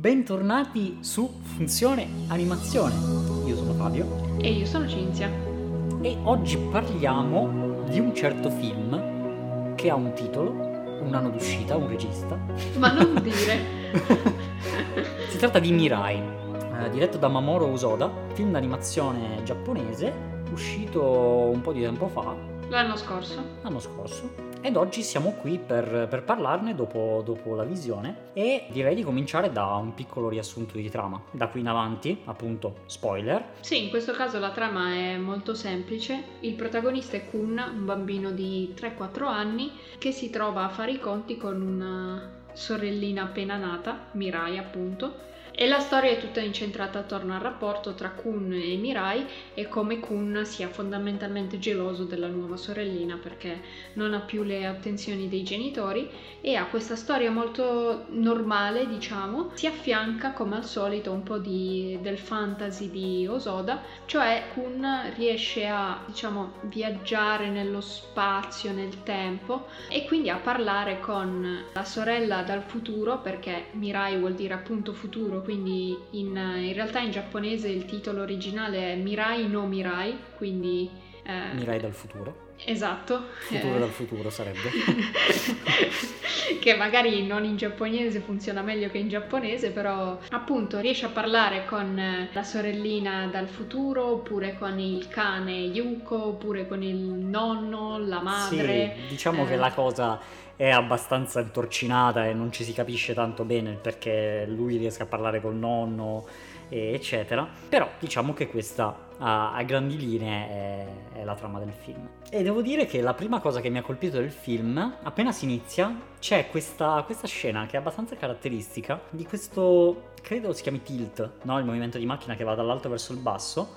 Bentornati su Funzione Animazione. Io sono Fabio E io sono Cinzia. e oggi parliamo di un certo film che ha un titolo, un anno d'uscita, un regista. Ma non dire. Si tratta di Mirai, diretto da Mamoru Hosoda, film d'animazione giapponese, uscito un po' di tempo fa, L'anno scorso. l'anno scorso, ed oggi siamo qui per parlarne dopo la visione, e direi di cominciare da un piccolo riassunto di trama. Da qui in avanti, appunto, spoiler. Sì, in questo caso la trama è molto semplice. Il protagonista è Kun, un bambino di 3-4 anni che si trova a fare i conti con una sorellina appena nata, Mirai appunto. E la storia è tutta incentrata attorno al rapporto tra Kun e Mirai e come Kun sia fondamentalmente geloso della nuova sorellina perché non ha più le attenzioni dei genitori, e a questa storia molto normale, diciamo, si affianca come al solito un po' del fantasy di Hosoda, cioè Kun riesce a, diciamo, viaggiare nello spazio, nel tempo, e quindi a parlare con la sorella dal futuro, perché Mirai vuol dire appunto futuro, quindi in realtà in giapponese il titolo originale è Mirai no Mirai, quindi Mirai dal futuro. esatto, Futuro dal futuro sarebbe. che magari non in giapponese funziona meglio che in giapponese, però appunto riesce a parlare con la sorellina dal futuro, oppure con il cane Yuko, oppure con il nonno, la madre. Sì, diciamo che la cosa è abbastanza intorcinata e non ci si capisce tanto bene il perché lui riesca a parlare col nonno, eccetera. Però diciamo che questa a grandi linee è la trama del film. E devo dire che la prima cosa che mi ha colpito del film, appena si inizia, c'è questa scena che è abbastanza caratteristica di questo, credo si chiami tilt, no? Il movimento di macchina che va dall'alto verso il basso.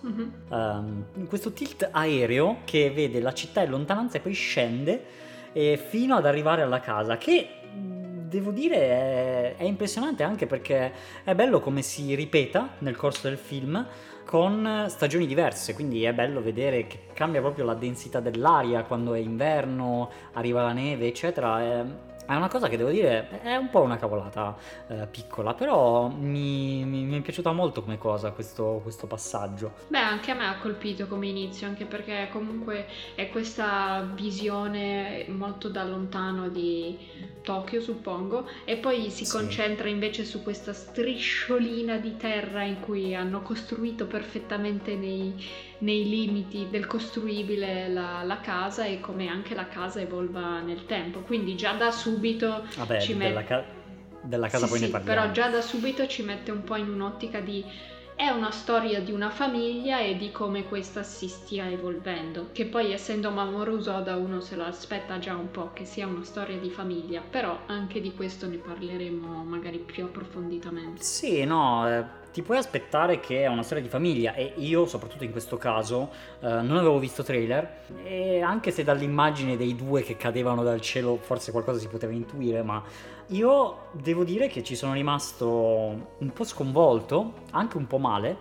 Questo tilt aereo che vede la città in lontananza e poi scende fino ad arrivare alla casa, che devo dire è impressionante, anche perché è bello come si ripeta nel corso del film con stagioni diverse, quindi è bello vedere che cambia proprio la densità dell'aria quando è inverno, arriva la neve, eccetera. È una cosa che devo dire è un po' una cavolata piccola, però mi è piaciuta molto come cosa questo passaggio. Beh, anche a me ha colpito come inizio, anche perché comunque è questa visione molto da lontano di Tokyo, suppongo, e poi si Sì. concentra invece su questa strisciolina di terra in cui hanno costruito perfettamente nei limiti del costruibile la casa, e come anche la casa evolva nel tempo. Quindi già da subito Vabbè, ci della casa Sì, poi ne sì, parliamo. però già da subito ci mette un po' in un'ottica di è una storia di una famiglia e di come questa si stia evolvendo, che poi essendo Mamoru Hosoda uno se lo aspetta già un po' che sia una storia di famiglia, però anche di questo ne parleremo magari più approfonditamente. Sì, no, ti puoi aspettare che è una storia di famiglia, e io, soprattutto in questo caso, non avevo visto trailer, e anche se dall'immagine dei due che cadevano dal cielo forse qualcosa si poteva intuire, ma io devo dire che ci sono rimasto un po' sconvolto, anche un po' male,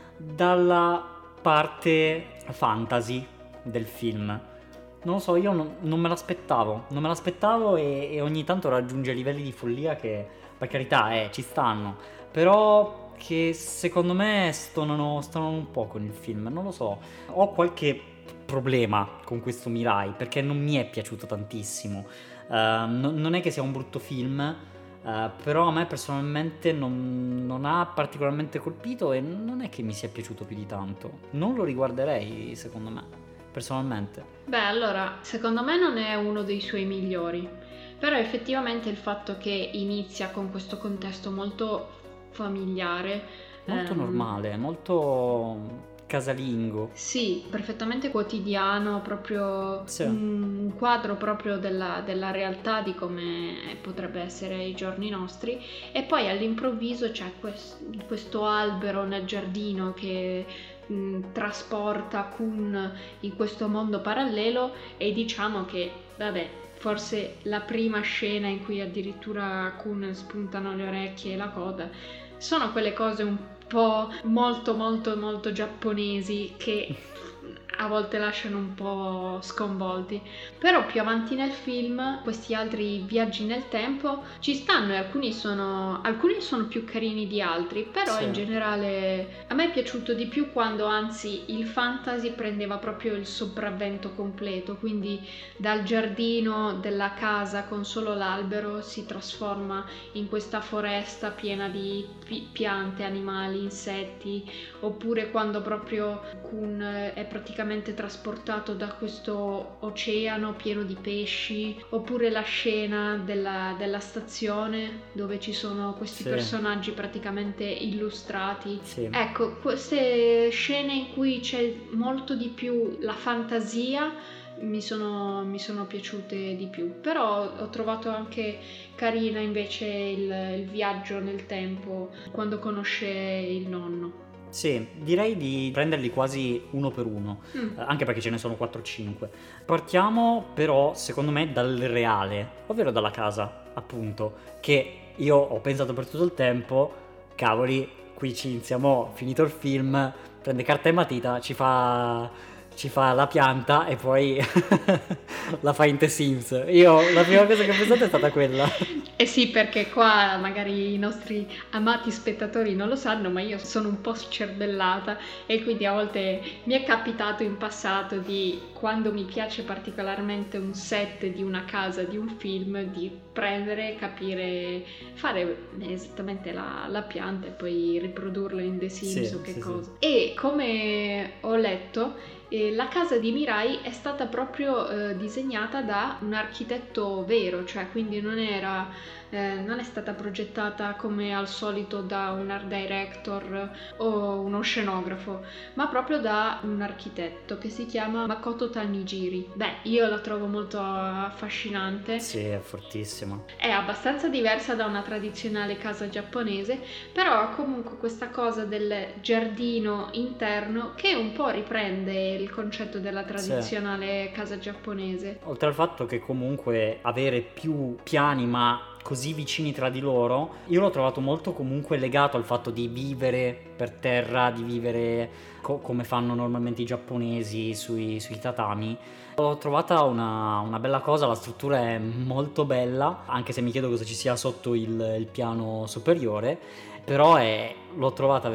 dalla parte fantasy del film. Non lo so, io non me l'aspettavo e ogni tanto raggiunge livelli di follia che, per carità, ci stanno, però che secondo me stonano un po' con il film, non lo so. Ho qualche problema con questo Mirai perché non mi è piaciuto tantissimo. Non è che sia un brutto film, però a me personalmente non ha particolarmente colpito e non è che mi sia piaciuto più di tanto. Non lo riguarderei, secondo me, personalmente. Beh, allora, secondo me non è uno dei suoi migliori, però effettivamente il fatto che inizia con questo contesto molto familiare, Molto normale, molto casalingo. sì, perfettamente quotidiano, proprio Sì. un quadro proprio della realtà di come potrebbe essere i giorni nostri, e poi all'improvviso c'è questo albero nel giardino che trasporta Kun in questo mondo parallelo, e diciamo che, vabbè, forse la prima scena in cui addirittura a Kun spuntano le orecchie e la coda sono quelle cose un po' molto molto molto giapponesi che a volte lasciano un po' sconvolti. Però più avanti nel film questi altri viaggi nel tempo ci stanno, e alcuni sono più carini di altri, però Sì. in generale a me è piaciuto di più quando anzi il fantasy prendeva proprio il sopravvento completo, quindi dal giardino della casa con solo l'albero si trasforma in questa foresta piena di piante, animali, insetti, oppure quando proprio Kun è praticamente trasportato da questo oceano pieno di pesci, oppure la scena della stazione dove ci sono questi Sì. personaggi praticamente illustrati. Sì. Ecco, queste scene in cui c'è molto di più la fantasia mi sono piaciute di più, però ho trovato anche carina invece il viaggio nel tempo quando conosce il nonno. Sì, direi di prenderli quasi uno per uno, Mm. anche perché ce ne sono 4-5. Partiamo però, secondo me, dal reale, ovvero dalla casa, appunto, che io ho pensato per tutto il tempo, cavoli, qui ci iniziamo, finito il film, prende carta e matita, ci fa la pianta e poi la fa in The Sims. La prima cosa che ho pensato è stata quella. Eh sì, perché qua magari i nostri amati spettatori non lo sanno, ma io sono un po' scervellata e quindi a volte mi è capitato in passato di, quando mi piace particolarmente un set di una casa, di un film, di prendere, capire, fare esattamente la pianta e poi riprodurla in The Sims Sì, o che sì, cosa. E come ho letto, la casa di Mirai è stata proprio disegnata da un architetto vero, cioè quindi non è stata progettata come al solito da un art director o uno scenografo, ma proprio da un architetto che si chiama Makoto Tanijiri. Beh, io la trovo molto affascinante. Sì, è fortissima. È abbastanza diversa da una tradizionale casa giapponese, però ha comunque questa cosa del giardino interno che un po' riprende il concetto della tradizionale casa giapponese. Oltre al fatto che comunque avere più piani ma così vicini tra di loro, io l'ho trovato molto comunque legato al fatto di vivere per terra, di vivere come fanno normalmente i giapponesi sui tatami. L'ho trovata una bella cosa, la struttura è molto bella, anche se mi chiedo cosa ci sia sotto il piano superiore, però l'ho trovata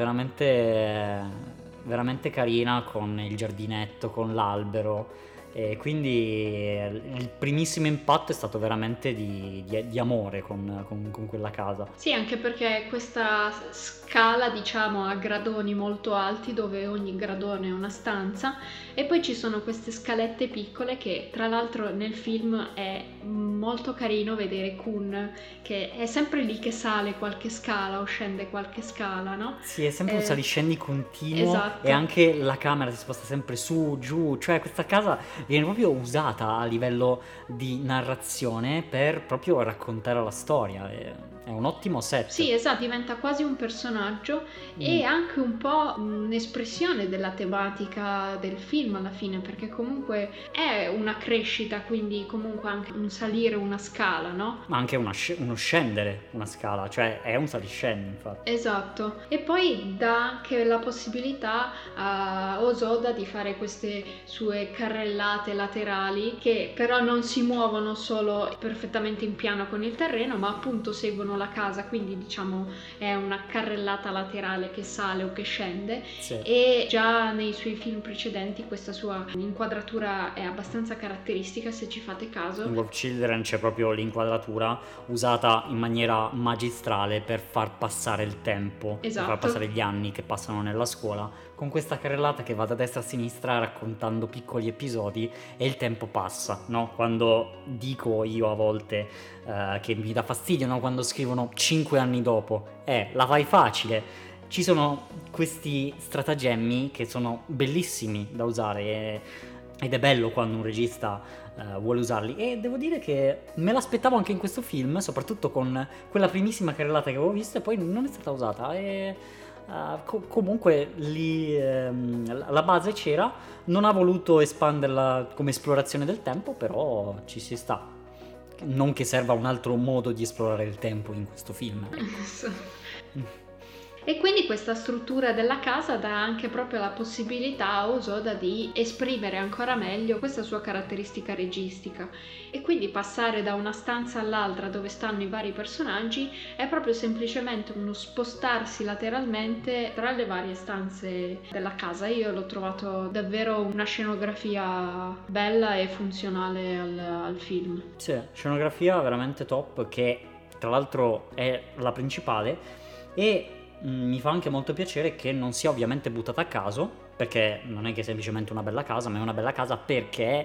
veramente carina con il giardinetto, con l'albero. E quindi il primissimo impatto è stato veramente di amore con quella casa. Sì, anche perché questa scala, diciamo, a gradoni molto alti, dove ogni gradone è una stanza, e poi ci sono queste scalette piccole che, tra l'altro, nel film è molto carino vedere Kun che è sempre lì che sale qualche scala o scende qualche scala, no? Sì, è sempre un saliscendi continuo. Esatto. E anche la camera si sposta sempre su, giù, cioè questa casa viene proprio usata a livello di narrazione per proprio raccontare la storia. È un ottimo set. Sì, esatto, diventa quasi un personaggio e anche un po' un'espressione della tematica del film alla fine, perché comunque è una crescita, quindi comunque anche un salire una scala, no? Ma anche uno scendere una scala, cioè è un saliscendi, infatti. Esatto, e poi dà anche la possibilità a Osoda di fare queste sue carrellate laterali che però non si muovono solo perfettamente in piano con il terreno, ma appunto seguono la casa, quindi diciamo è una carrellata laterale che sale o che scende. Sì. E già nei suoi film precedenti questa sua inquadratura è abbastanza caratteristica, se ci fate caso. In Wolf Children c'è proprio l'inquadratura usata in maniera magistrale per far passare il tempo, Esatto. per far passare gli anni che passano nella scuola, con questa carrellata che va da destra a sinistra raccontando piccoli episodi e il tempo passa, no? Quando dico io a volte che mi dà fastidio, no? Quando scrivono 5 anni dopo, la fai facile. Ci sono questi stratagemmi che sono bellissimi da usare ed è bello quando un regista vuole usarli, e devo dire che me l'aspettavo anche in questo film, soprattutto con quella primissima carrellata che avevo visto e poi non è stata usata. E comunque lì la base c'era, non ha voluto espanderla come esplorazione del tempo, però ci si sta. Non che serva un altro modo di esplorare il tempo in questo film. E quindi questa struttura della casa dà anche proprio la possibilità a Osoda di esprimere ancora meglio questa sua caratteristica registica. E quindi passare da una stanza all'altra dove stanno i vari personaggi è proprio semplicemente uno spostarsi lateralmente tra le varie stanze della casa. Io l'ho trovato davvero una scenografia bella e funzionale al film. Sì, scenografia veramente top, che tra l'altro è la principale, e mi fa anche molto piacere che non sia ovviamente buttata a caso, perché non è che è semplicemente una bella casa, ma è una bella casa perché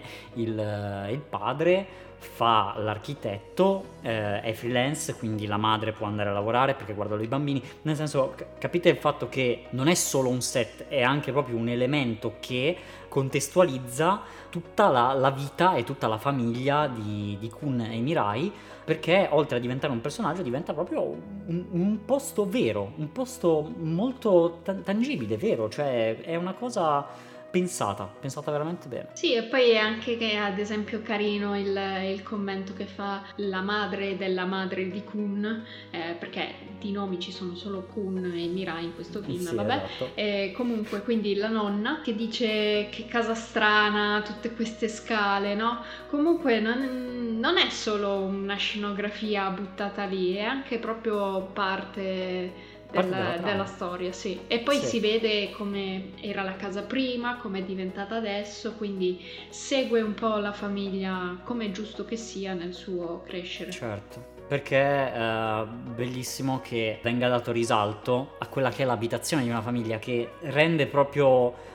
il padre fa l'architetto, è freelance, quindi la madre può andare a lavorare perché guarda i bambini. Nel senso, capite il fatto che non è solo un set, è anche proprio un elemento che contestualizza tutta la vita e tutta la famiglia di Kun e Mirai, perché oltre a diventare un personaggio diventa proprio un posto vero, un posto molto tangibile, vero, cioè è una cosa pensata veramente bene. Sì, e poi è anche che ad esempio carino il commento che fa la madre della madre di Kun, perché di nomi ci sono solo Kun e Mirai in questo film, Sì, vabbè. esatto. Comunque, quindi la nonna che dice che casa strana, tutte queste scale, no? Comunque non è solo una scenografia buttata lì, è anche proprio parte della storia, sì. E poi Sì. si vede come era la casa prima, come è diventata adesso, quindi segue un po' la famiglia come è giusto che sia nel suo crescere. Certo, perché è bellissimo che venga dato risalto a quella che è l'abitazione di una famiglia, che rende proprio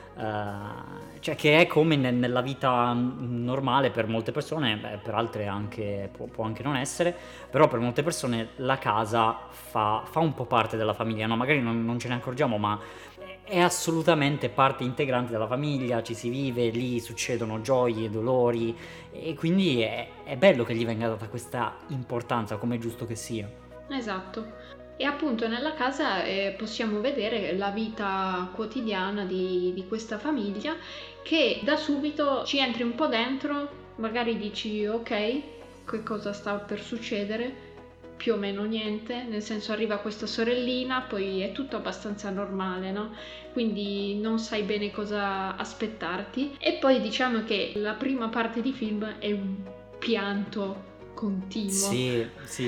cioè che è come nella vita normale per molte persone, per altre anche può anche non essere, però per molte persone la casa fa un po' parte della famiglia, no? Magari non ce ne accorgiamo, ma è assolutamente parte integrante della famiglia, ci si vive, lì succedono gioie, dolori, e quindi è bello che gli venga data questa importanza, come è giusto che sia. Esatto. E appunto nella casa possiamo vedere la vita quotidiana di questa famiglia, che da subito ci entri un po' dentro, magari dici ok, che cosa sta per succedere? Più o meno niente, nel senso arriva questa sorellina, poi è tutto abbastanza normale, no? Quindi non sai bene cosa aspettarti. E poi diciamo che la prima parte di film è un pianto continuo. Sì.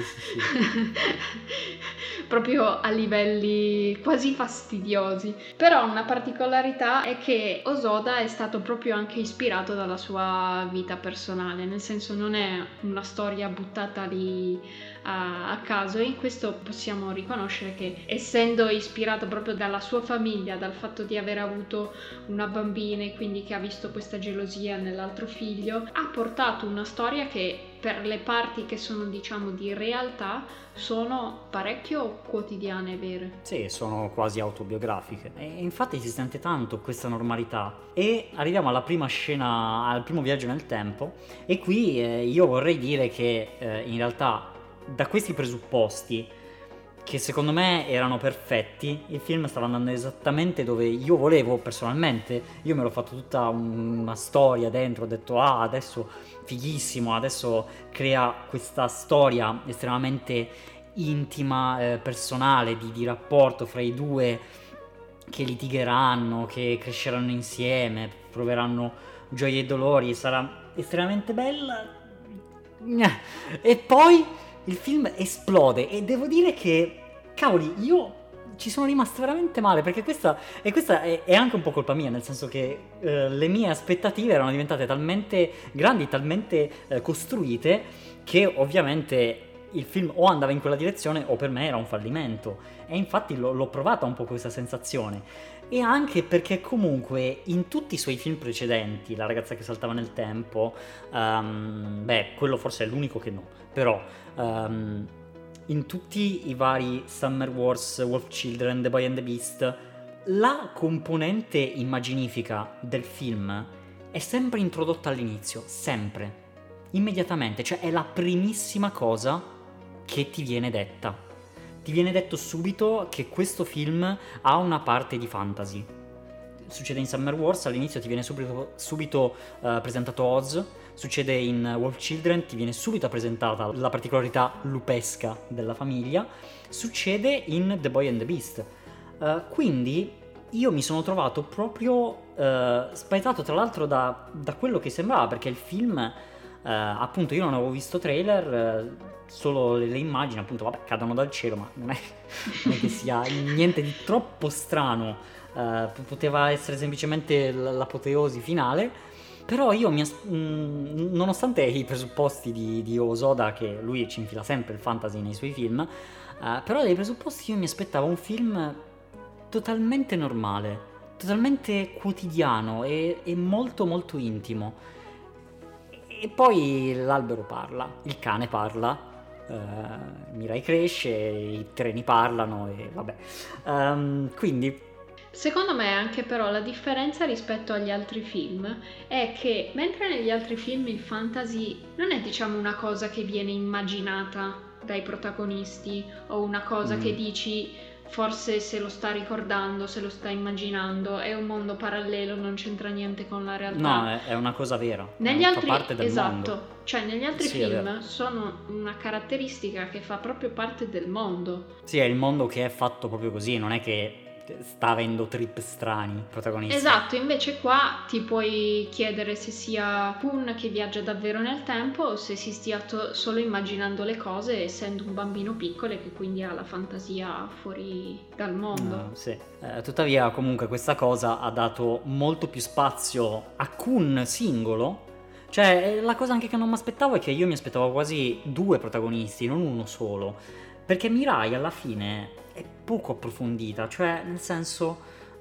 Proprio a livelli quasi fastidiosi. Però una particolarità è che Osoda è stato proprio anche ispirato dalla sua vita personale, nel senso non è una storia buttata lì a caso, e in questo possiamo riconoscere che, essendo ispirato proprio dalla sua famiglia, dal fatto di aver avuto una bambina e quindi che ha visto questa gelosia nell'altro figlio, ha portato una storia che per le parti che sono diciamo di realtà sono parecchio quotidiane e vere. Sì, sono quasi autobiografiche, e infatti si sente tanto questa normalità. E arriviamo alla prima scena, al primo viaggio nel tempo, e qui io vorrei dire che in realtà da questi presupposti, che secondo me erano perfetti, il film stava andando esattamente dove io volevo personalmente. Io me l'ho fatto tutta una storia dentro, ho detto adesso fighissimo, adesso crea questa storia estremamente intima, personale, di rapporto fra i due, che litigheranno, che cresceranno insieme, proveranno gioie e dolori, sarà estremamente bella. E poi il film esplode, e devo dire che, cavoli, io ci sono rimasto veramente male, perché questa è anche un po' colpa mia, nel senso che le mie aspettative erano diventate talmente grandi, talmente costruite, che ovviamente il film o andava in quella direzione o per me era un fallimento. E infatti l'ho provata un po' questa sensazione. E anche perché comunque in tutti i suoi film precedenti, La ragazza che saltava nel tempo, quello forse è l'unico che no, però in tutti i vari Summer Wars, Wolf Children, The Boy and the Beast, la componente immaginifica del film è sempre introdotta all'inizio, sempre, immediatamente, cioè è la primissima cosa che ti viene detta. Ti viene detto subito che questo film ha una parte di fantasy. Succede in Summer Wars, all'inizio ti viene subito presentato Oz. Succede in Wolf Children, ti viene subito presentata la particolarità lupesca della famiglia. Succede in The Boy and the Beast. Quindi io mi sono trovato proprio spaventato, tra l'altro, da quello che sembrava, perché il film, appunto, io non avevo visto trailer, solo le immagini, appunto, vabbè, cadono dal cielo, ma non è che sia niente di troppo strano, poteva essere semplicemente l'apoteosi finale. Però io nonostante i presupposti di Osoda, che lui ci infila sempre il fantasy nei suoi film, però dai presupposti io mi aspettavo un film totalmente normale, totalmente quotidiano e molto molto intimo. E poi l'albero parla, il cane parla, Mirai cresce, i treni parlano e vabbè. Quindi Secondo me anche però la differenza rispetto agli altri film è che mentre negli altri film il fantasy non è diciamo una cosa che viene immaginata dai protagonisti o una cosa che dici forse se lo sta ricordando, se lo sta immaginando, è un mondo parallelo, non c'entra niente con la realtà. No, è una cosa vera. Negli altri, fa parte del esatto, mondo. cioè negli altri Sì, è film vero. sono una caratteristica che fa proprio parte del mondo. Sì, è il mondo che è fatto proprio così, non è che sta avendo trip strani il protagonista. Esatto, invece qua ti puoi chiedere se sia Kun che viaggia davvero nel tempo o se si stia solo immaginando le cose essendo un bambino piccolo e che quindi ha la fantasia fuori dal mondo. Sì. Tuttavia comunque questa cosa ha dato molto più spazio a Kun singolo. Cioè la cosa anche che non mi aspettavo è che io mi aspettavo quasi 2 protagonisti, non uno solo. Perché Mirai alla fine è poco approfondita, cioè nel senso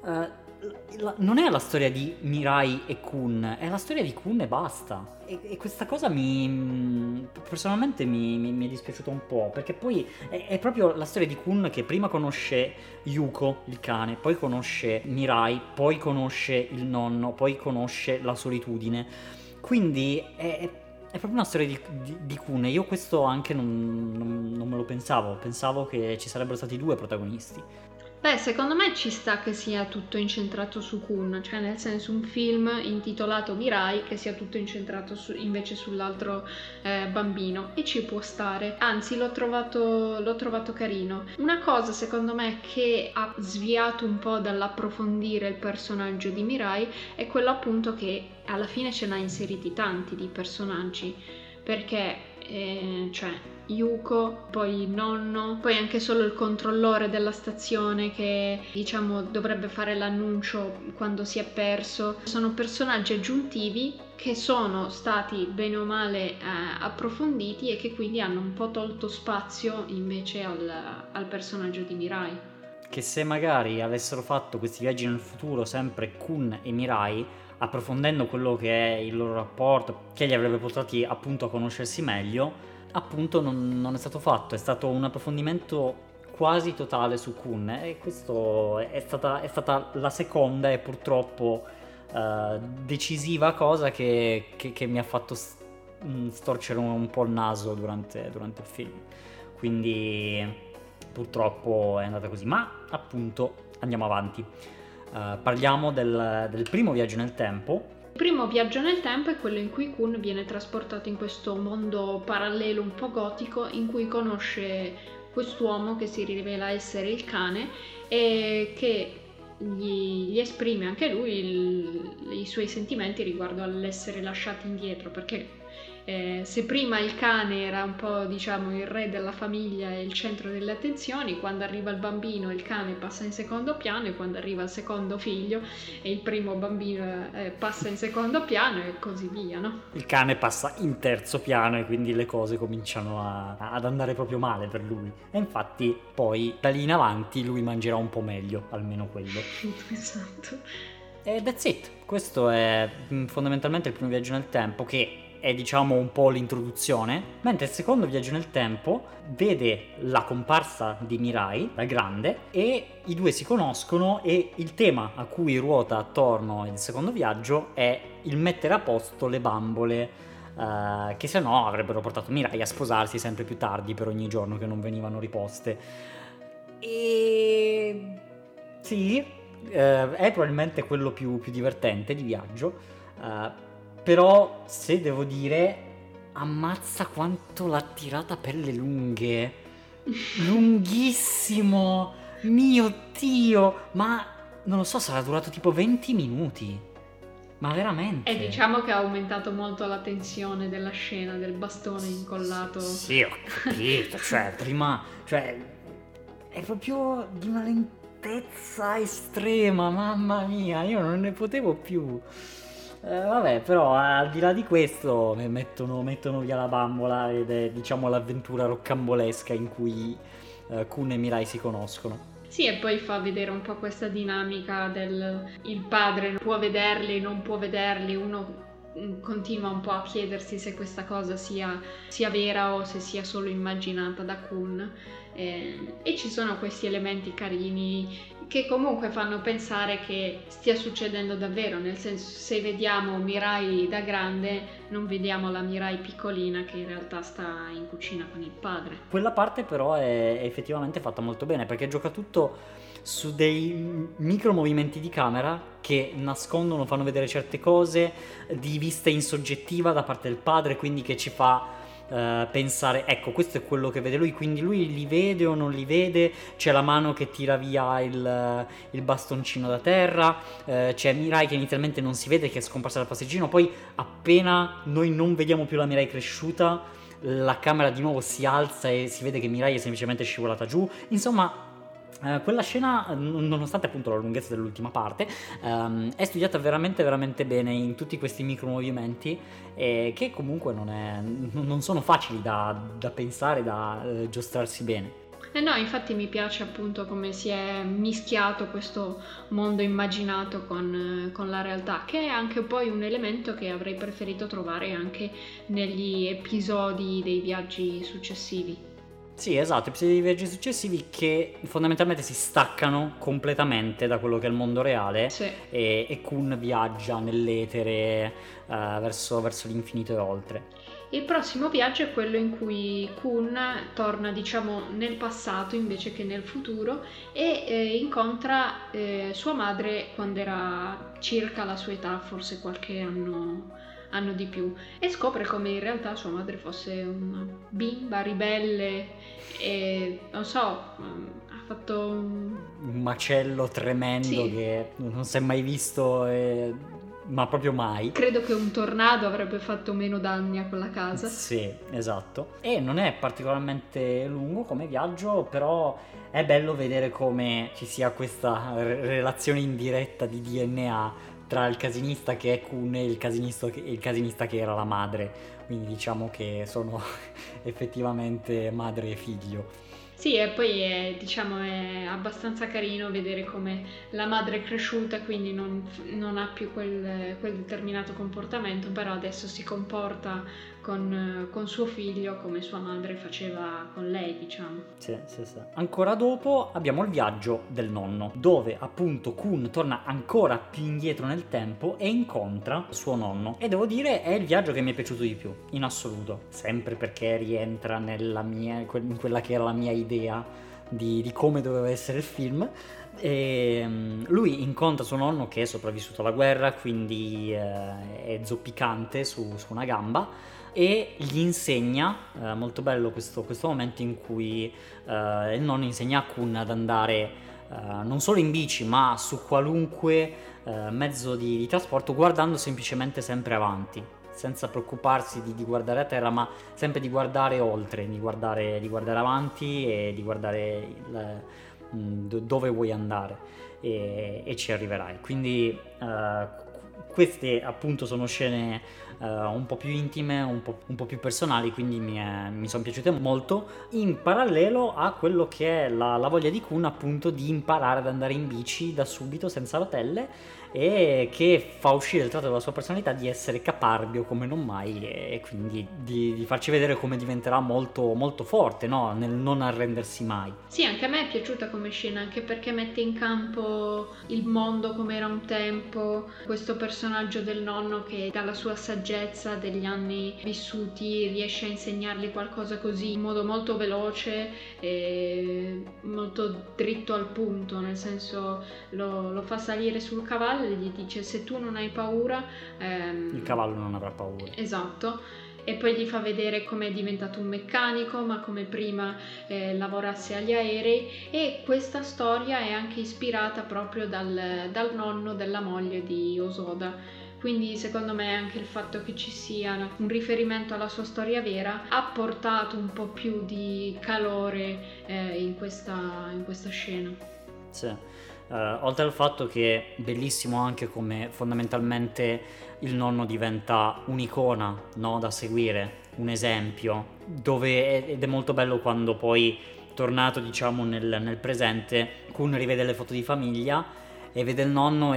non è la storia di Mirai e Kun, è la storia di Kun e basta. E questa cosa personalmente mi è dispiaciuta un po', perché poi è proprio la storia di Kun che prima conosce Yuko, il cane, poi conosce Mirai, poi conosce il nonno, poi conosce la solitudine. Quindi è proprio una storia di Kun, e io questo anche non me lo pensavo che ci sarebbero stati 2 protagonisti. Beh, secondo me ci sta che sia tutto incentrato su Kun, cioè nel senso un film intitolato Mirai che sia tutto incentrato invece sull'altro bambino, e ci può stare, anzi l'ho trovato carino. Una cosa secondo me che ha sviato un po' dall'approfondire il personaggio di Mirai è quello appunto che alla fine ce n'ha inseriti tanti di personaggi, perché cioè Yuko, poi il nonno, poi anche solo il controllore della stazione che diciamo dovrebbe fare l'annuncio quando si è perso. Sono personaggi aggiuntivi che sono stati bene o male approfonditi e che quindi hanno un po' tolto spazio invece al personaggio di Mirai. Che se magari avessero fatto questi viaggi nel futuro sempre Kun e Mirai, approfondendo quello che è il loro rapporto, che li avrebbe portati appunto a conoscersi meglio, appunto non è stato fatto, è stato un approfondimento quasi totale su Kun, e questo è stata la seconda e purtroppo decisiva cosa che mi ha fatto storcere un po' il naso durante il film. Quindi purtroppo è andata così, ma appunto andiamo avanti. Parliamo del primo viaggio nel tempo. Il primo viaggio nel tempo è quello in cui Kun viene trasportato in questo mondo parallelo un po' gotico in cui conosce quest'uomo che si rivela essere il cane e che gli esprime anche lui i suoi sentimenti riguardo all'essere lasciati indietro, perché se prima il cane era un po' diciamo il re della famiglia e il centro delle attenzioni, quando arriva il bambino il cane passa in secondo piano, e quando arriva il secondo figlio e il primo bambino passa in secondo piano e così via, no? Il cane passa in terzo piano e quindi le cose cominciano ad andare proprio male per lui, e infatti poi da lì in avanti lui mangerà un po' meglio, almeno quello. Esatto. E that's it, questo è fondamentalmente il primo viaggio nel tempo, che è diciamo un po' l'introduzione, mentre il secondo viaggio nel tempo vede la comparsa di Mirai, la grande, e i due si conoscono, e il tema a cui ruota attorno il secondo viaggio è il mettere a posto le bambole che se no avrebbero portato Mirai a sposarsi sempre più tardi per ogni giorno che non venivano riposte. E sì, è probabilmente quello più divertente di viaggio, però se devo dire, ammazza quanto l'ha tirata per le lunghe, lunghissimo, Mio Dio, ma non lo so, sarà durato tipo 20 minuti. Ma veramente? E diciamo che ha aumentato molto la tensione della scena del bastone incollato. Sì, ho capito, cioè, prima, cioè, è proprio di una lentezza estrema, mamma mia, io non ne potevo più. Vabbè, però al di là di questo mettono via la bambola ed è, diciamo, l'avventura roccambolesca in cui Kun e Mirai si conoscono. Sì, e poi fa vedere un po' questa dinamica del il padre può vederli, non può vederli, uno continua un po' a chiedersi se questa cosa sia vera o se sia solo immaginata da Kun. E ci sono questi elementi carini che comunque fanno pensare che stia succedendo davvero, nel senso, se vediamo Mirai da grande non vediamo la Mirai piccolina che in realtà sta in cucina con il padre. Quella parte però è effettivamente fatta molto bene perché gioca tutto su dei micro movimenti di camera che nascondono, fanno vedere certe cose di vista in soggettiva da parte del padre, quindi che ci fa pensare, ecco, questo è quello che vede lui, quindi lui li vede o non li vede, c'è la mano che tira via il bastoncino da terra, c'è Mirai che inizialmente non si vede, che è scomparsa dal passeggino, poi appena noi non vediamo più la Mirai cresciuta, la camera di nuovo si alza e si vede che Mirai è semplicemente scivolata giù. Insomma, quella scena, nonostante appunto la lunghezza dell'ultima parte, è studiata veramente veramente bene in tutti questi micro movimenti che comunque non sono facili da pensare, da giostrarsi bene. No, infatti mi piace appunto come si è mischiato questo mondo immaginato con la realtà, che è anche poi un elemento che avrei preferito trovare anche negli episodi dei viaggi successivi. Sì, esatto, episodi di viaggi successivi che fondamentalmente si staccano completamente da quello che è il mondo reale. Sì. E Kun viaggia nell'etere verso l'infinito e oltre. Il prossimo viaggio è quello in cui Kun torna, diciamo, nel passato invece che nel futuro e incontra sua madre quando era circa la sua età, forse qualche anno di più, e scopre come in realtà sua madre fosse una bimba ribelle e non so, ha fatto un macello tremendo, sì, che non si è mai visto, ma proprio mai. Credo che un tornado avrebbe fatto meno danni a quella casa. Sì, esatto. E non è particolarmente lungo come viaggio, però è bello vedere come ci sia questa relazione indiretta di DNA tra il casinista che è Kun e il casinista che era la madre. Quindi diciamo che sono effettivamente madre e figlio. Sì, e poi è abbastanza carino vedere come la madre è cresciuta, quindi non ha più quel determinato comportamento, però adesso si comporta con suo figlio come sua madre faceva con lei, diciamo. Sì. Ancora dopo abbiamo il viaggio del nonno, dove appunto Kun torna ancora più indietro nel tempo e incontra suo nonno. E devo dire è il viaggio che mi è piaciuto di più, in assoluto. Sempre perché rientra in quella che era la mia idea di come doveva essere il film. E lui incontra suo nonno che è sopravvissuto alla guerra, quindi è zoppicante su una gamba, e gli insegna, molto bello questo momento in cui il nonno insegna a Kun ad andare non solo in bici ma su qualunque mezzo di trasporto, guardando semplicemente sempre avanti, senza preoccuparsi di guardare a terra, ma sempre di guardare oltre, di guardare avanti e di guardare dove vuoi andare, e ci arriverai. Quindi queste appunto sono scene un po' più intime, un po' più personali, quindi mi sono piaciute molto, in parallelo a quello che è la voglia di Kun appunto di imparare ad andare in bici da subito, senza rotelle, e che fa uscire il tratto della sua personalità di essere caparbio come non mai, e quindi di farci vedere come diventerà molto, molto forte, no? Nel non arrendersi mai. Sì, anche a me è piaciuta come scena, anche perché mette in campo il mondo come era un tempo, questo personaggio del nonno che dalla sua saggezza degli anni vissuti riesce a insegnargli qualcosa così in modo molto veloce e molto dritto al punto, nel senso lo fa salire sul cavallo e gli dice: se tu non hai paura, il cavallo non avrà paura. Esatto. e poi gli fa vedere come è diventato un meccanico, ma come prima lavorasse agli aerei, e questa storia è anche ispirata proprio dal nonno della moglie di Osoda. Quindi secondo me anche il fatto che ci sia un riferimento alla sua storia vera ha portato un po' più di calore in questa scena. Sì. Oltre al fatto che è bellissimo anche come fondamentalmente il nonno diventa un'icona, no, da seguire, un esempio, ed è molto bello quando poi, tornato diciamo nel presente, Kun rivede le foto di famiglia e vede il nonno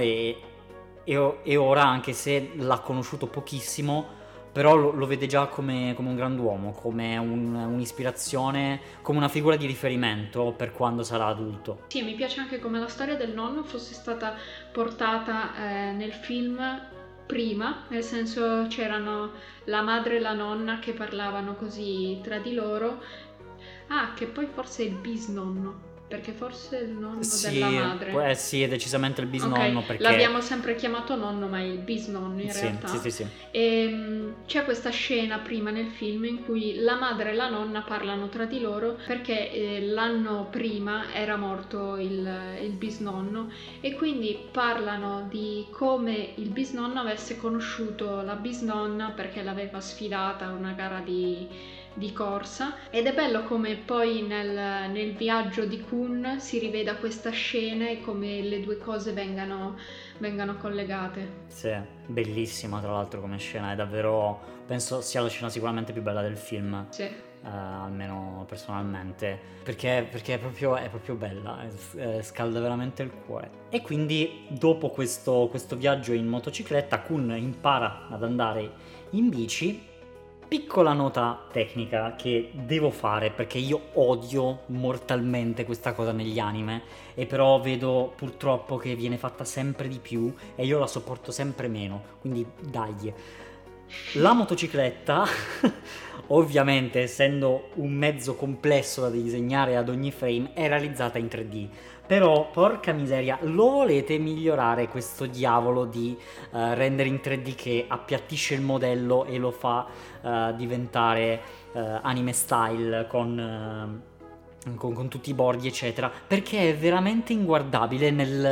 e ora, anche se l'ha conosciuto pochissimo, però lo vede già come un grand'uomo, come un'ispirazione, come una figura di riferimento per quando sarà adulto. Sì, mi piace anche come la storia del nonno fosse stata portata nel film prima, nel senso c'erano la madre e la nonna che parlavano così tra di loro. Che poi forse è il bisnonno, perché forse è il nonno della madre. Sì, è decisamente il bisnonno, Ok, perché l'abbiamo sempre chiamato nonno, ma è il bisnonno in realtà. Sì. E c'è questa scena prima nel film in cui la madre e la nonna parlano tra di loro perché l'anno prima era morto il bisnonno, e quindi parlano di come il bisnonno avesse conosciuto la bisnonna perché l'aveva sfidata a una gara di corsa, ed è bello come poi nel viaggio di Kun si riveda questa scena e come le due cose vengano collegate. Sì, bellissima tra l'altro come scena, è davvero, penso sia la scena sicuramente più bella del film. Sì. Almeno personalmente, perché è proprio bella, scalda veramente il cuore. E quindi dopo questo viaggio in motocicletta, Kun impara ad andare in bici. Piccola nota tecnica che devo fare, perché io odio mortalmente questa cosa negli anime, e però vedo purtroppo che viene fatta sempre di più e io la sopporto sempre meno, quindi dai. La motocicletta, ovviamente essendo un mezzo complesso da disegnare ad ogni frame, è realizzata in 3D. Però, porca miseria, lo volete migliorare questo diavolo di render in 3D che appiattisce il modello e lo fa diventare anime style con tutti i bordi eccetera, perché è veramente inguardabile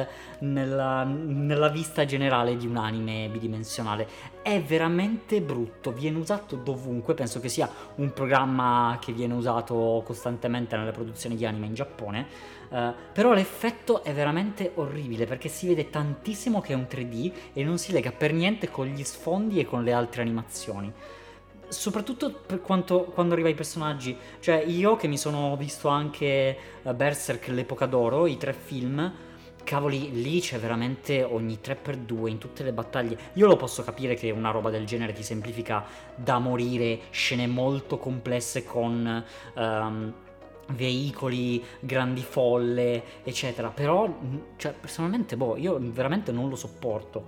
nella vista generale di un anime bidimensionale. È veramente brutto, viene usato dovunque, penso che sia un programma che viene usato costantemente nelle produzioni di anime in Giappone, però l'effetto è veramente orribile perché si vede tantissimo che è un 3D e non si lega per niente con gli sfondi e con le altre animazioni. Soprattutto per quando arriva ai personaggi, cioè io che mi sono visto anche Berserk, l'epoca d'oro, i 3 film, cavoli, lì c'è veramente ogni 3x2 in tutte le battaglie. Io lo posso capire che una roba del genere ti semplifica da morire, scene molto complesse con veicoli, grandi folle, eccetera, però cioè, personalmente io veramente non lo sopporto,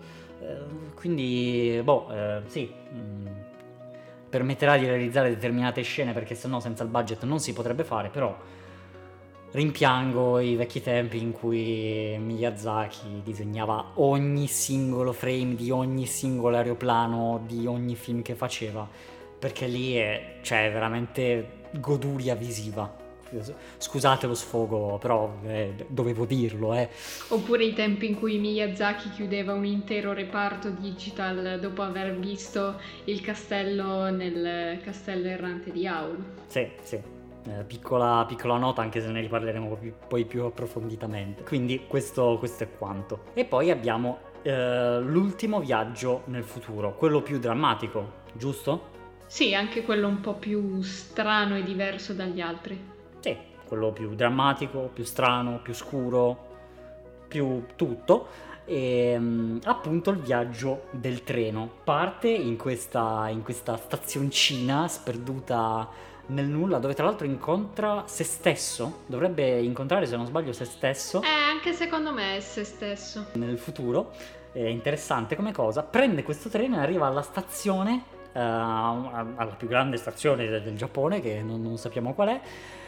quindi sì, permetterà di realizzare determinate scene perché sennò senza il budget non si potrebbe fare, però rimpiango i vecchi tempi in cui Miyazaki disegnava ogni singolo frame di ogni singolo aeroplano di ogni film che faceva, perché lì è veramente goduria visiva. Scusate lo sfogo, però dovevo dirlo. Oppure i tempi in cui Miyazaki chiudeva un intero reparto digital dopo aver visto il castello nel castello errante di Howl. Sì. Piccola nota, anche se ne riparleremo poi più approfonditamente. Quindi questo è quanto. E poi abbiamo l'ultimo viaggio nel futuro, quello più drammatico, giusto? Sì, anche quello un po' più strano e diverso dagli altri. Sì, quello più drammatico, più strano, più scuro, più tutto. E appunto il viaggio del treno parte in questa stazioncina sperduta nel nulla, dove tra l'altro incontra se stesso. Dovrebbe incontrare, se non sbaglio, se stesso. Anche secondo me è se stesso. Nel futuro. È interessante come cosa. Prende questo treno e arriva alla stazione, alla più grande stazione del Giappone, che non sappiamo qual è.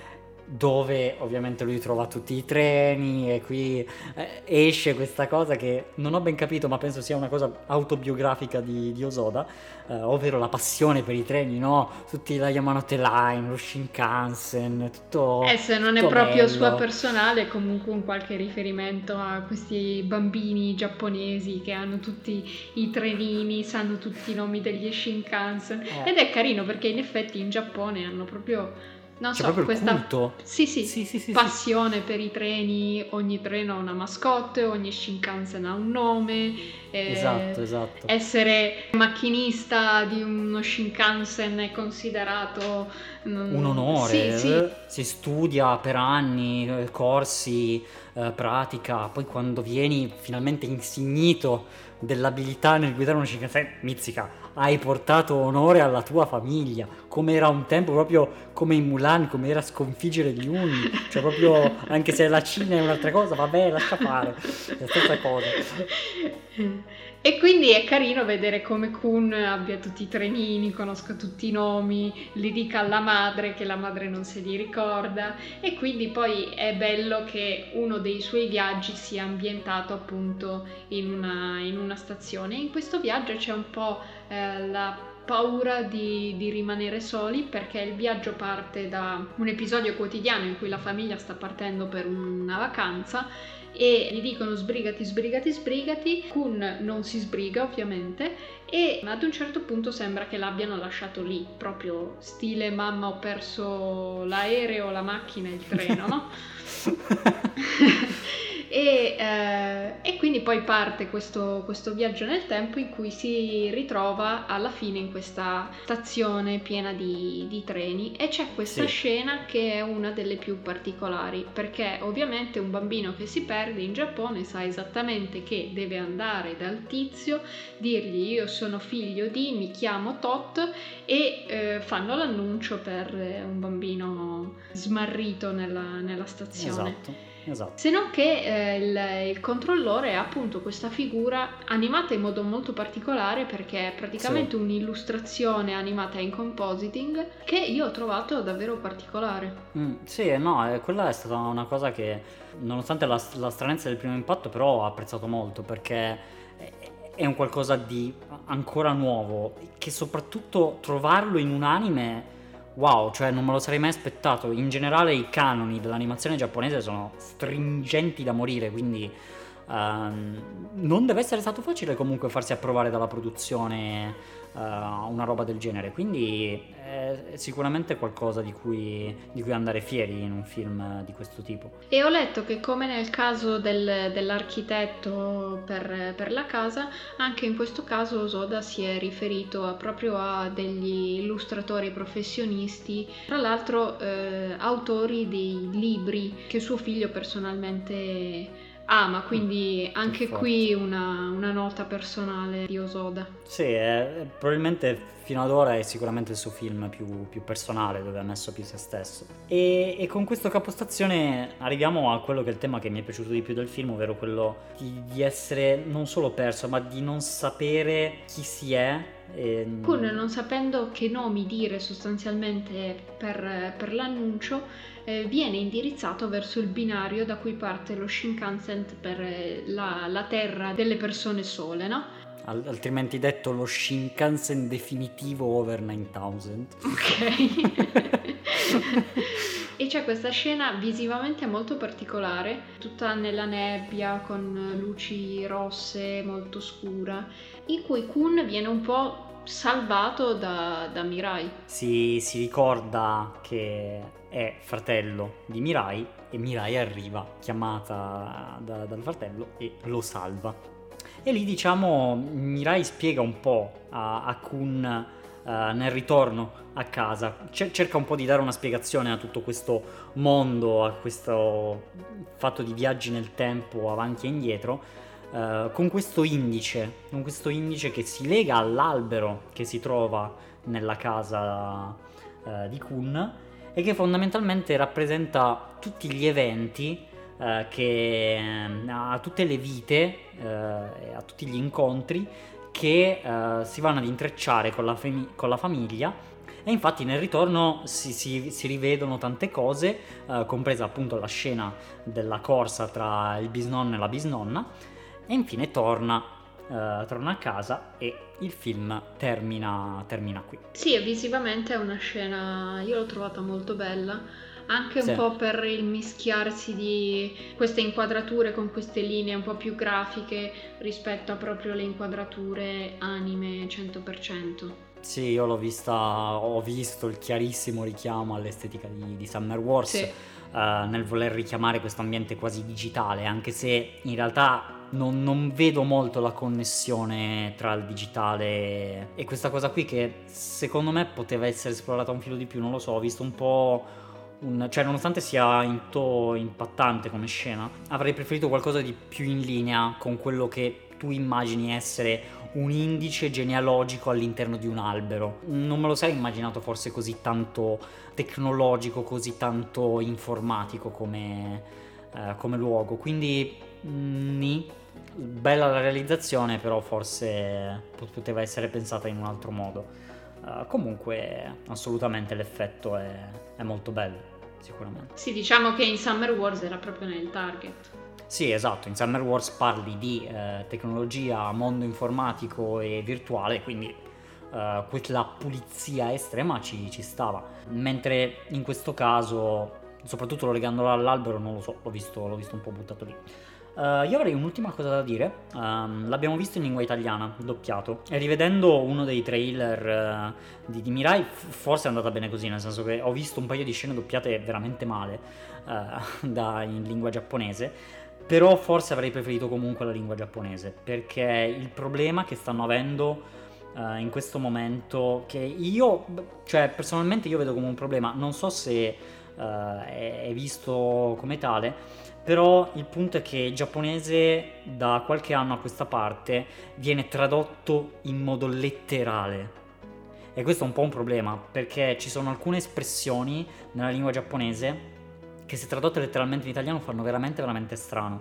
dove ovviamente lui trova tutti i treni e qui esce questa cosa che non ho ben capito, ma penso sia una cosa autobiografica di Osoda, ovvero la passione per i treni, no? Tutti la Yamanote Line, lo Shinkansen, tutto, Se non è tutto proprio sua bello. personale, comunque un qualche riferimento a questi bambini giapponesi che hanno tutti i trenini, sanno tutti i nomi degli Shinkansen. Ed è carino perché in effetti in Giappone hanno proprio, non C'è so, proprio il questa culto. sì, Sì, sì, sì, sì. passione per i treni. Ogni treno ha una mascotte, ogni Shinkansen ha un nome. Esatto, esatto. Essere macchinista di uno Shinkansen è considerato Un sì, onore, sì. si studia per anni, corsi, pratica, poi quando vieni finalmente insignito dell'abilità nel guidare uno Shinkansen, mizzica, hai portato onore alla tua famiglia, come era un tempo, proprio come in Mulan, come era sconfiggere gli Unni, cioè proprio, anche se la Cina è un'altra cosa, vabbè, lascia fare, è la stessa cosa. E quindi è carino vedere come Kun abbia tutti i trenini, conosca tutti i nomi, li dica alla madre che la madre non se li ricorda, e quindi poi è bello che uno dei suoi viaggi sia ambientato appunto in una stazione. In questo viaggio c'è un po' la paura di rimanere soli, perché il viaggio parte da un episodio quotidiano in cui la famiglia sta partendo per una vacanza e gli dicono sbrigati, sbrigati, sbrigati. Kun non si sbriga ovviamente, e ad un certo punto sembra che l'abbiano lasciato lì, proprio stile mamma ho perso l'aereo, la macchina e il treno, no? E quindi poi parte questo viaggio nel tempo in cui si ritrova alla fine in questa stazione piena di treni, e c'è questa Sì. scena che è una delle più particolari, perché ovviamente un bambino che si perde in Giappone sa esattamente che deve andare dal tizio, dirgli io sono figlio di, mi chiamo Tot, e fanno l'annuncio per un bambino smarrito nella stazione. Esatto. Se non che il controllore è appunto questa figura animata in modo molto particolare, perché è praticamente Sì. un'illustrazione animata in compositing che io ho trovato davvero particolare. Sì, no, quella è stata una cosa che, nonostante la stranezza del primo impatto, però ho apprezzato molto, perché è un qualcosa di ancora nuovo, che soprattutto trovarlo in un anime, wow, cioè non me lo sarei mai aspettato. In generale i canoni dell'animazione giapponese sono stringenti da morire, quindi non deve essere stato facile comunque farsi approvare dalla produzione una roba del genere, quindi è sicuramente qualcosa di cui andare fieri in un film di questo tipo. E ho letto che, come nel caso dell'architetto per la casa, anche in questo caso Osoda si è riferito proprio a degli illustratori professionisti, tra l'altro autori dei libri che suo figlio personalmente ama, quindi anche qui una nota personale di Osoda. Sì, probabilmente fino ad ora è sicuramente il suo film più personale, dove ha messo più se stesso. E con questo capostazione arriviamo a quello che è il tema che mi è piaciuto di più del film, ovvero quello di essere non solo perso, ma di non sapere chi si è. Kun, non sapendo che nomi dire sostanzialmente per l'annuncio, viene indirizzato verso il binario da cui parte lo Shinkansen per la terra delle persone sole, no? Altrimenti detto lo Shinkansen definitivo over 9000. Ok. E c'è questa scena visivamente molto particolare, tutta nella nebbia, con luci rosse, molto scura, in cui Kun viene un po' salvato da Mirai. Si ricorda che è fratello di Mirai e Mirai arriva chiamata dal fratello e lo salva. E lì diciamo Mirai spiega un po' a Kun nel ritorno a casa, cerca un po' di dare una spiegazione a tutto questo mondo, a questo fatto di viaggi nel tempo avanti e indietro, con questo indice che si lega all'albero che si trova nella casa di Kun, e che fondamentalmente rappresenta tutti gli eventi, a tutte le vite, a tutti gli incontri che si vanno ad intrecciare con la famiglia, E infatti nel ritorno si rivedono tante cose, compresa appunto la scena della corsa tra il bisnonno e la bisnonna, e infine torna a casa e il film termina qui. Sì, e visivamente è una scena, io l'ho trovata molto bella, anche un Sì. po' per il mischiarsi di queste inquadrature con queste linee un po' più grafiche rispetto a proprio le inquadrature anime 100%. Sì, io ho visto il chiarissimo richiamo all'estetica di Summer Wars, Sì. nel voler richiamare questo ambiente quasi digitale, anche se in realtà non vedo molto la connessione tra il digitale e questa cosa qui, che secondo me poteva essere esplorata un filo di più, non lo so, ho visto un po'... cioè, nonostante sia impattante come scena, avrei preferito qualcosa di più in linea con quello che tu immagini essere un indice genealogico all'interno di un albero. Non me lo sarei immaginato forse così tanto tecnologico, così tanto informatico come luogo. Quindi bella la realizzazione, però forse poteva essere pensata in un altro modo. Comunque assolutamente l'effetto è molto bello, sicuramente. Sì, diciamo che in Summer Wars era proprio nel target. Sì, esatto, in Summer Wars parli di tecnologia, mondo informatico e virtuale, quindi quella pulizia estrema ci stava. Mentre in questo caso, soprattutto legandolo all'albero, non lo so, l'ho visto un po' buttato lì. Io avrei un'ultima cosa da dire. L'abbiamo visto in lingua italiana, doppiato, e rivedendo uno dei trailer di Mirai, forse è andata bene così, nel senso che ho visto un paio di scene doppiate veramente male in lingua giapponese. Però forse avrei preferito comunque la lingua giapponese, perché il problema che stanno avendo in questo momento, che io, cioè personalmente io vedo come un problema, non so se è visto come tale, però il punto è che il giapponese da qualche anno a questa parte viene tradotto in modo letterale. E questo è un po' un problema, perché ci sono alcune espressioni nella lingua giapponese che se tradotte letteralmente in italiano fanno veramente veramente strano.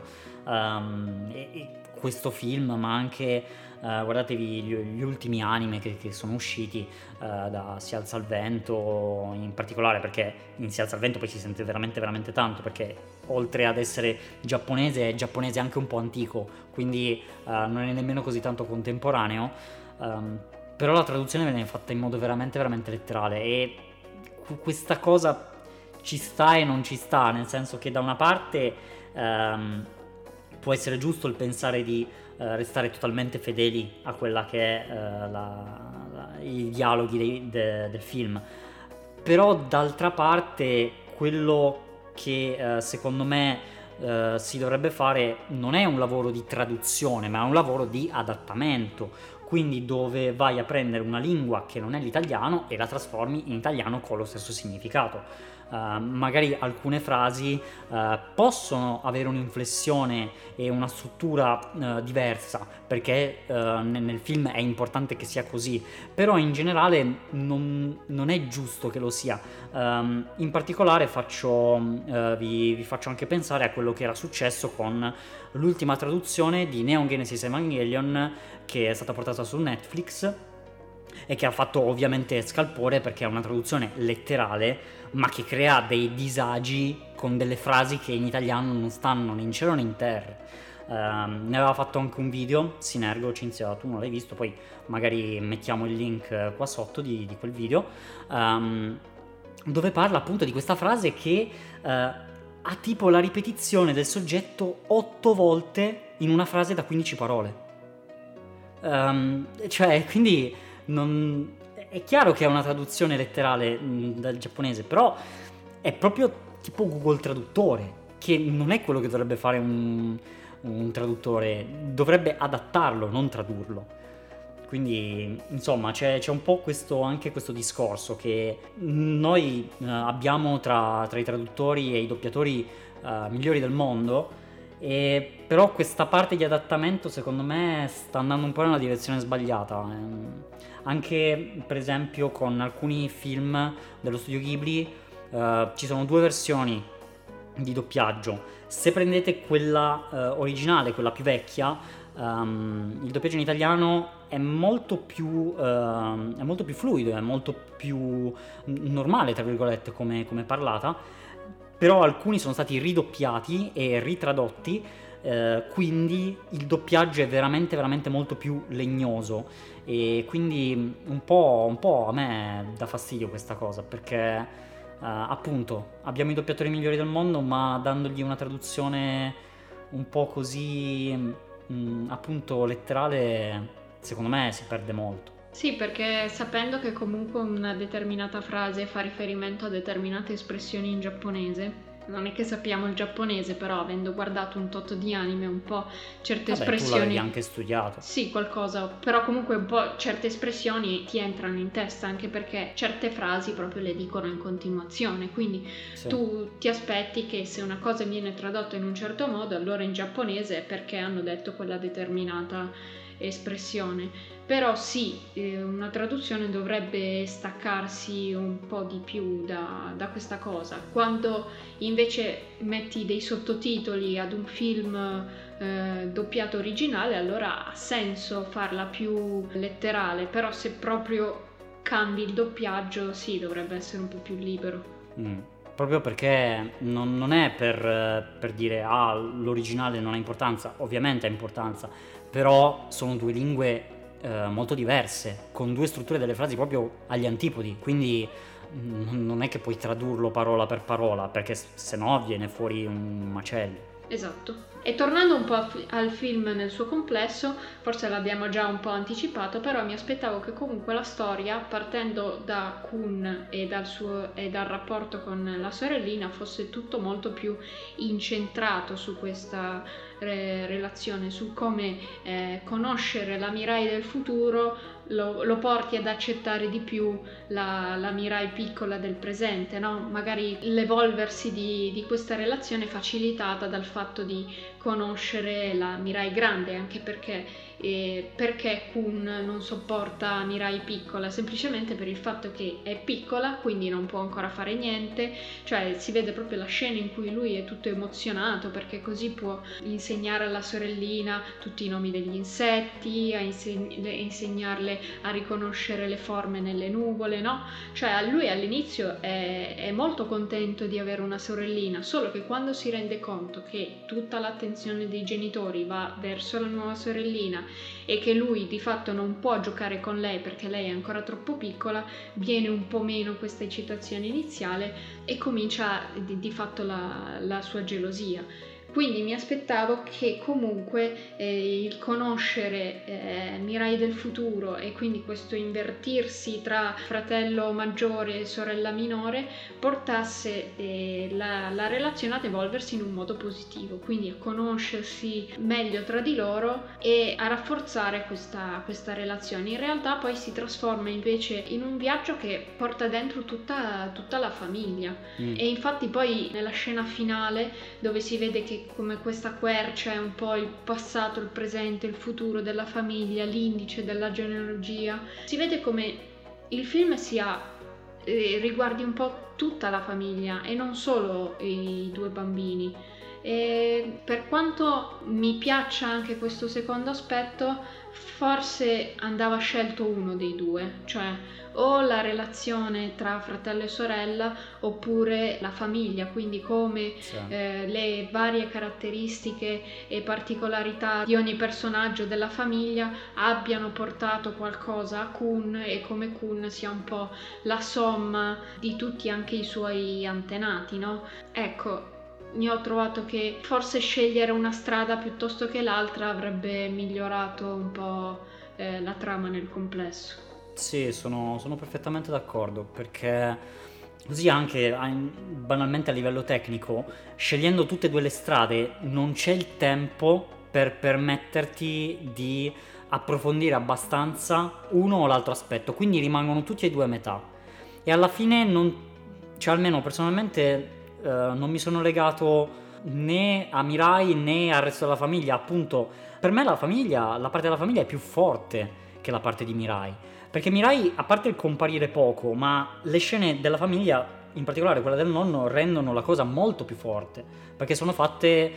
E questo film, ma anche guardatevi gli ultimi anime che sono usciti, da Si alza il vento in particolare, perché in Si alza il vento poi si sente veramente veramente tanto, perché oltre ad essere giapponese è giapponese anche un po' antico, quindi non è nemmeno così tanto contemporaneo. Però la traduzione viene fatta in modo veramente veramente letterale, e questa cosa ci sta e non ci sta, nel senso che da una parte può essere giusto il pensare di restare totalmente fedeli a quella che è i dialoghi del film, però d'altra parte quello che secondo me si dovrebbe fare non è un lavoro di traduzione, ma è un lavoro di adattamento, quindi dove vai a prendere una lingua che non è l'italiano e la trasformi in italiano con lo stesso significato. Magari alcune frasi possono avere un'inflessione e una struttura diversa, perché nel film è importante che sia così, però in generale non è giusto che lo sia. In particolare vi faccio anche pensare a quello che era successo con l'ultima traduzione di Neon Genesis Evangelion, che è stata portata su Netflix e che ha fatto ovviamente scalpore, perché è una traduzione letterale ma che crea dei disagi con delle frasi che in italiano non stanno né in cielo né in terra. Ne aveva fatto anche un video Sinergo, Cinzia, tu non l'hai visto, poi magari mettiamo il link qua sotto di quel video, dove parla appunto di questa frase che ha tipo la ripetizione del soggetto 8 volte in una frase da 15 parole. Cioè, quindi è chiaro che è una traduzione letterale dal giapponese, però è proprio tipo Google Traduttore, che non è quello che dovrebbe fare un traduttore, dovrebbe adattarlo, non tradurlo. Quindi insomma c'è un po' anche questo discorso che noi abbiamo tra i traduttori e i doppiatori migliori del mondo, però questa parte di adattamento secondo me sta andando un po' nella direzione sbagliata. Anche per esempio con alcuni film dello studio Ghibli ci sono 2 versioni di doppiaggio. Se prendete quella originale, quella più vecchia, il doppiaggio in italiano è molto più fluido, è molto più normale, tra virgolette, come parlata, però alcuni sono stati ridoppiati e ritradotti, quindi il doppiaggio è veramente veramente molto più legnoso, e quindi un po' a me dà fastidio questa cosa, perché appunto abbiamo i doppiatori migliori del mondo, ma dandogli una traduzione un po' così appunto letterale, secondo me si perde molto. Sì, perché sapendo che comunque una determinata frase fa riferimento a determinate espressioni in giapponese, non è che sappiamo il giapponese, però avendo guardato un tot di anime, un po' certe espressioni... tu l'avevi anche studiato. Sì, qualcosa, però comunque un po' certe espressioni ti entrano in testa, anche perché certe frasi proprio le dicono in continuazione, quindi Sì. tu ti aspetti che se una cosa viene tradotta in un certo modo, allora in giapponese è perché hanno detto quella determinata espressione. Però sì, una traduzione dovrebbe staccarsi un po' di più da questa cosa. Quando invece metti dei sottotitoli ad un film doppiato originale, allora ha senso farla più letterale, però se proprio cambi il doppiaggio, sì, dovrebbe essere un po' più libero. Proprio perché non è per dire l'originale non ha importanza, ovviamente ha importanza, però sono due lingue molto diverse, con due strutture delle frasi proprio agli antipodi, quindi non è che puoi tradurlo parola per parola, perché se no viene fuori un macello. Esatto. E tornando un po' al film nel suo complesso, forse l'abbiamo già un po' anticipato, però mi aspettavo che comunque la storia, partendo da Kun e dal rapporto con la sorellina, fosse tutto molto più incentrato su questa relazione, su come conoscere la Mirai del futuro lo porti ad accettare di più la Mirai piccola del presente, no? Magari l'evolversi di questa relazione facilitata dal fatto di conoscere la Mirai grande, anche perché Kun non sopporta Mirai piccola, semplicemente per il fatto che è piccola, quindi non può ancora fare niente, cioè si vede proprio la scena in cui lui è tutto emozionato perché così può insegnare alla sorellina tutti i nomi degli insetti, insegnarle a riconoscere le forme nelle nuvole, no? Cioè lui all'inizio è molto contento di avere una sorellina, solo che quando si rende conto che tutta l'attenzione dei genitori va verso la nuova sorellina e che lui di fatto non può giocare con lei perché lei è ancora troppo piccola, viene un po' meno questa eccitazione iniziale e comincia di fatto la sua gelosia. Quindi mi aspettavo che comunque il conoscere Mirai del futuro e quindi questo invertirsi tra fratello maggiore e sorella minore portasse la relazione ad evolversi in un modo positivo, quindi a conoscersi meglio tra di loro e a rafforzare questa relazione. In realtà poi si trasforma invece in un viaggio che porta dentro tutta la famiglia e infatti poi nella scena finale dove si vede che come questa quercia è un po' il passato, il presente, il futuro della famiglia, l'indice della genealogia. Si vede come il film riguardi un po' tutta la famiglia e non solo i due bambini. E per quanto mi piaccia anche questo secondo aspetto, forse andava scelto uno dei due, cioè o la relazione tra fratello e sorella oppure la famiglia, quindi come le varie caratteristiche e particolarità di ogni personaggio della famiglia abbiano portato qualcosa a Kun e come Kun sia un po' la somma di tutti anche i suoi antenati, no? Ecco, io ho trovato che forse scegliere una strada piuttosto che l'altra avrebbe migliorato un po' la trama nel complesso. Sì, sono perfettamente d'accordo, perché così anche banalmente a livello tecnico, scegliendo tutte e due le strade, non c'è il tempo per permetterti di approfondire abbastanza uno o l'altro aspetto, quindi rimangono tutti e due a metà. E alla fine cioè almeno personalmente non mi sono legato né a Mirai né al resto della famiglia. Appunto, per me la parte della famiglia è più forte che la parte di Mirai, perché Mirai, a parte il comparire poco, ma le scene della famiglia in particolare quella del nonno, rendono la cosa molto più forte, perché sono fatte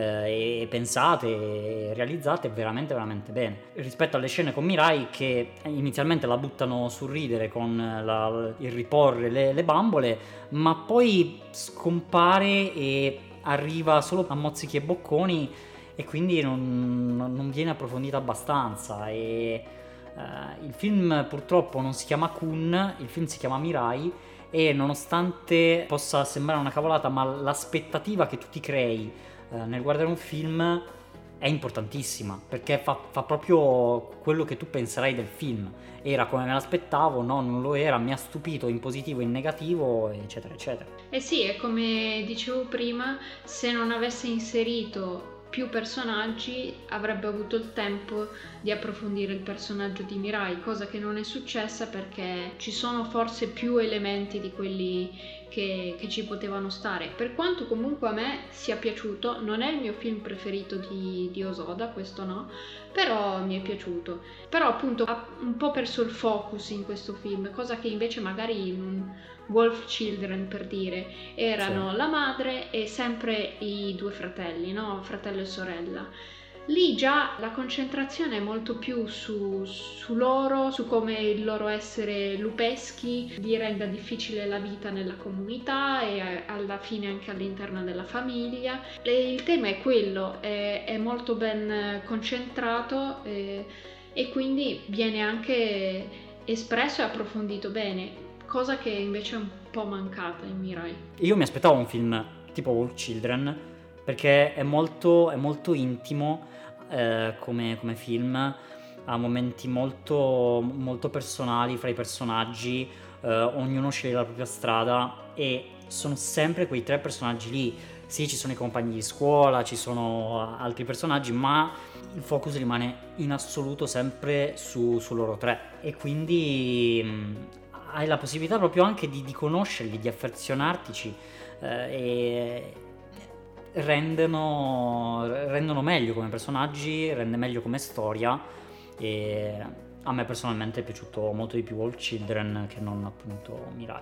e pensate e realizzate veramente veramente bene, rispetto alle scene con Mirai che inizialmente la buttano sul ridere con il riporre le bambole, ma poi scompare e arriva solo a mozzichi e bocconi, e quindi non viene approfondita abbastanza. E il film purtroppo non si chiama Kun, il film si chiama Mirai, e nonostante possa sembrare una cavolata, ma l'aspettativa che tu ti crei nel guardare un film è importantissima, perché fa proprio quello che tu penserai del film. Era come me l'aspettavo, no, non lo era, mi ha stupito in positivo e in negativo, eccetera eccetera. Eh sì, è come dicevo prima, se non avesse inserito più personaggi avrebbe avuto il tempo di approfondire il personaggio di Mirai, cosa che non è successa perché ci sono forse più elementi di quelli che ci potevano stare. Per quanto comunque a me sia piaciuto, non è il mio film preferito di Osoda, questo no, però mi è piaciuto. Però appunto ha un po' perso il focus in questo film, cosa che invece magari in un Wolf Children, per dire, erano la madre e sempre i due fratelli, no? Fratello e sorella. Lì già la concentrazione è molto più su loro, su come il loro essere lupeschi gli renda difficile la vita nella comunità e alla fine anche all'interno della famiglia. E il tema è quello, è molto ben concentrato e quindi viene anche espresso e approfondito bene, cosa che invece è un po' mancata in Mirai. Io mi aspettavo un film tipo Wolf Children, perché è molto intimo come film, ha momenti molto, molto personali fra i personaggi, ognuno sceglie la propria strada e sono sempre quei tre personaggi lì. Sì, ci sono i compagni di scuola, ci sono altri personaggi, ma il focus rimane in assoluto sempre su loro tre, e quindi hai la possibilità proprio anche di conoscerli, di affezionartici, e rendono meglio come personaggi, rende meglio come storia, e a me personalmente è piaciuto molto di più Wolf Children che non appunto Mirai.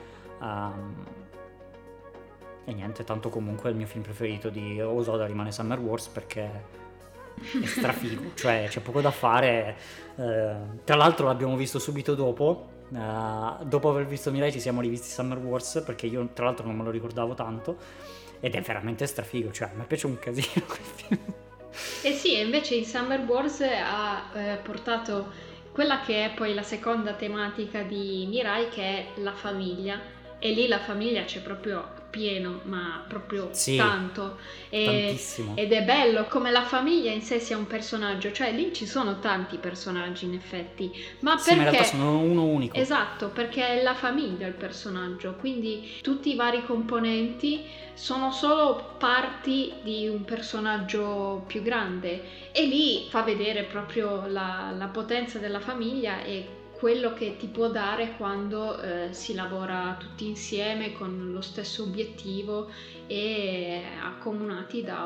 E niente, tanto comunque il mio film preferito di Osoda rimane Summer Wars, perché è strafigo, cioè c'è poco da fare. Tra l'altro l'abbiamo visto subito dopo aver visto Mirai ci siamo rivisti Summer Wars, perché io tra l'altro non me lo ricordavo tanto, ed è veramente strafigo, cioè mi piace un casino quel film. E sì, e invece in Summer Wars ha portato quella che è poi la seconda tematica di Mirai, che è la famiglia, e lì la famiglia c'è proprio pieno, ma proprio tanto, tantissimo. Ed è bello come la famiglia in sé sia un personaggio, cioè lì ci sono tanti personaggi in effetti, ma sì, perché ma in realtà sono uno unico. Esatto, perché è la famiglia il personaggio, quindi tutti i vari componenti sono solo parti di un personaggio più grande, e lì fa vedere proprio la potenza della famiglia e quello che ti può dare quando si lavora tutti insieme con lo stesso obiettivo e accomunati da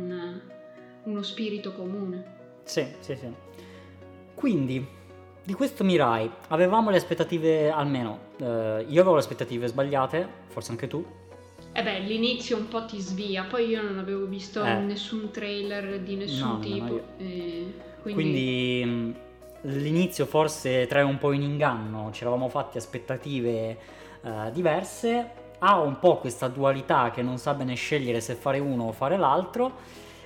uno spirito comune. Sì. Quindi di questo Mirai avevamo le aspettative, almeno io avevo le aspettative sbagliate, forse anche tu. L'inizio un po' ti svia, poi io non avevo visto nessun trailer di nessun tipo. Quindi l'inizio forse trae un po' in inganno, ci eravamo fatti aspettative diverse, ha un po' questa dualità che non sa bene scegliere se fare uno o fare l'altro,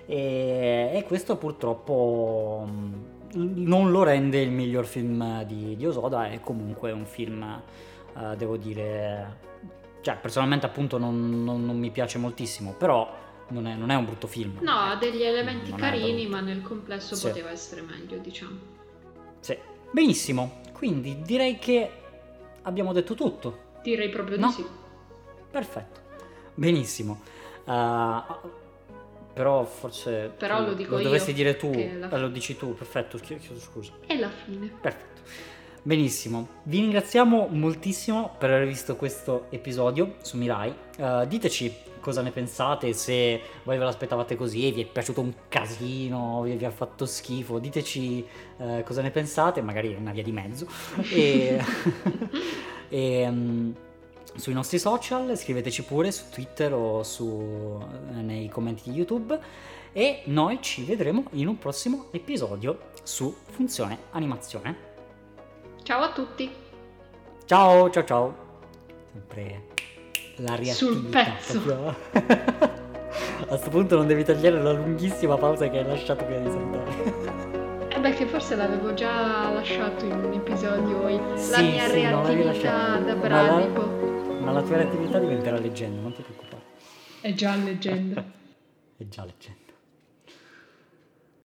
e questo purtroppo non lo rende il miglior film di Osoda. È comunque un film, devo dire, cioè personalmente appunto non mi piace moltissimo, però non è un brutto film. No, ha degli elementi carini, ma nel complesso poteva essere meglio, diciamo. Sì, benissimo, quindi direi che abbiamo detto tutto. Direi proprio di sì. Perfetto, benissimo. Però forse lo dico lo dovresti dire tu, lo dici tu, perfetto, chiedo scusa. È la fine. Perfetto, benissimo. Vi ringraziamo moltissimo per aver visto questo episodio su Mirai. Diteci cosa ne pensate, se voi ve l'aspettavate così, vi è piaciuto un casino, vi ha fatto schifo, diteci cosa ne pensate, magari è una via di mezzo. sui nostri social, scriveteci pure su Twitter o nei commenti di YouTube, e noi ci vedremo in un prossimo episodio su Funzione Animazione. Ciao a tutti. Ciao. Sempre la reattività. Sul pezzo. Proprio. A questo punto non devi tagliare la lunghissima pausa che hai lasciato prima di salutare. Beh, che forse l'avevo già lasciato in un episodio, la mia Sì, non l'avevi reattività lasciato. da bradipo. Ma la tua reattività diventerà leggenda, non ti preoccupare. È già leggenda. È già leggenda.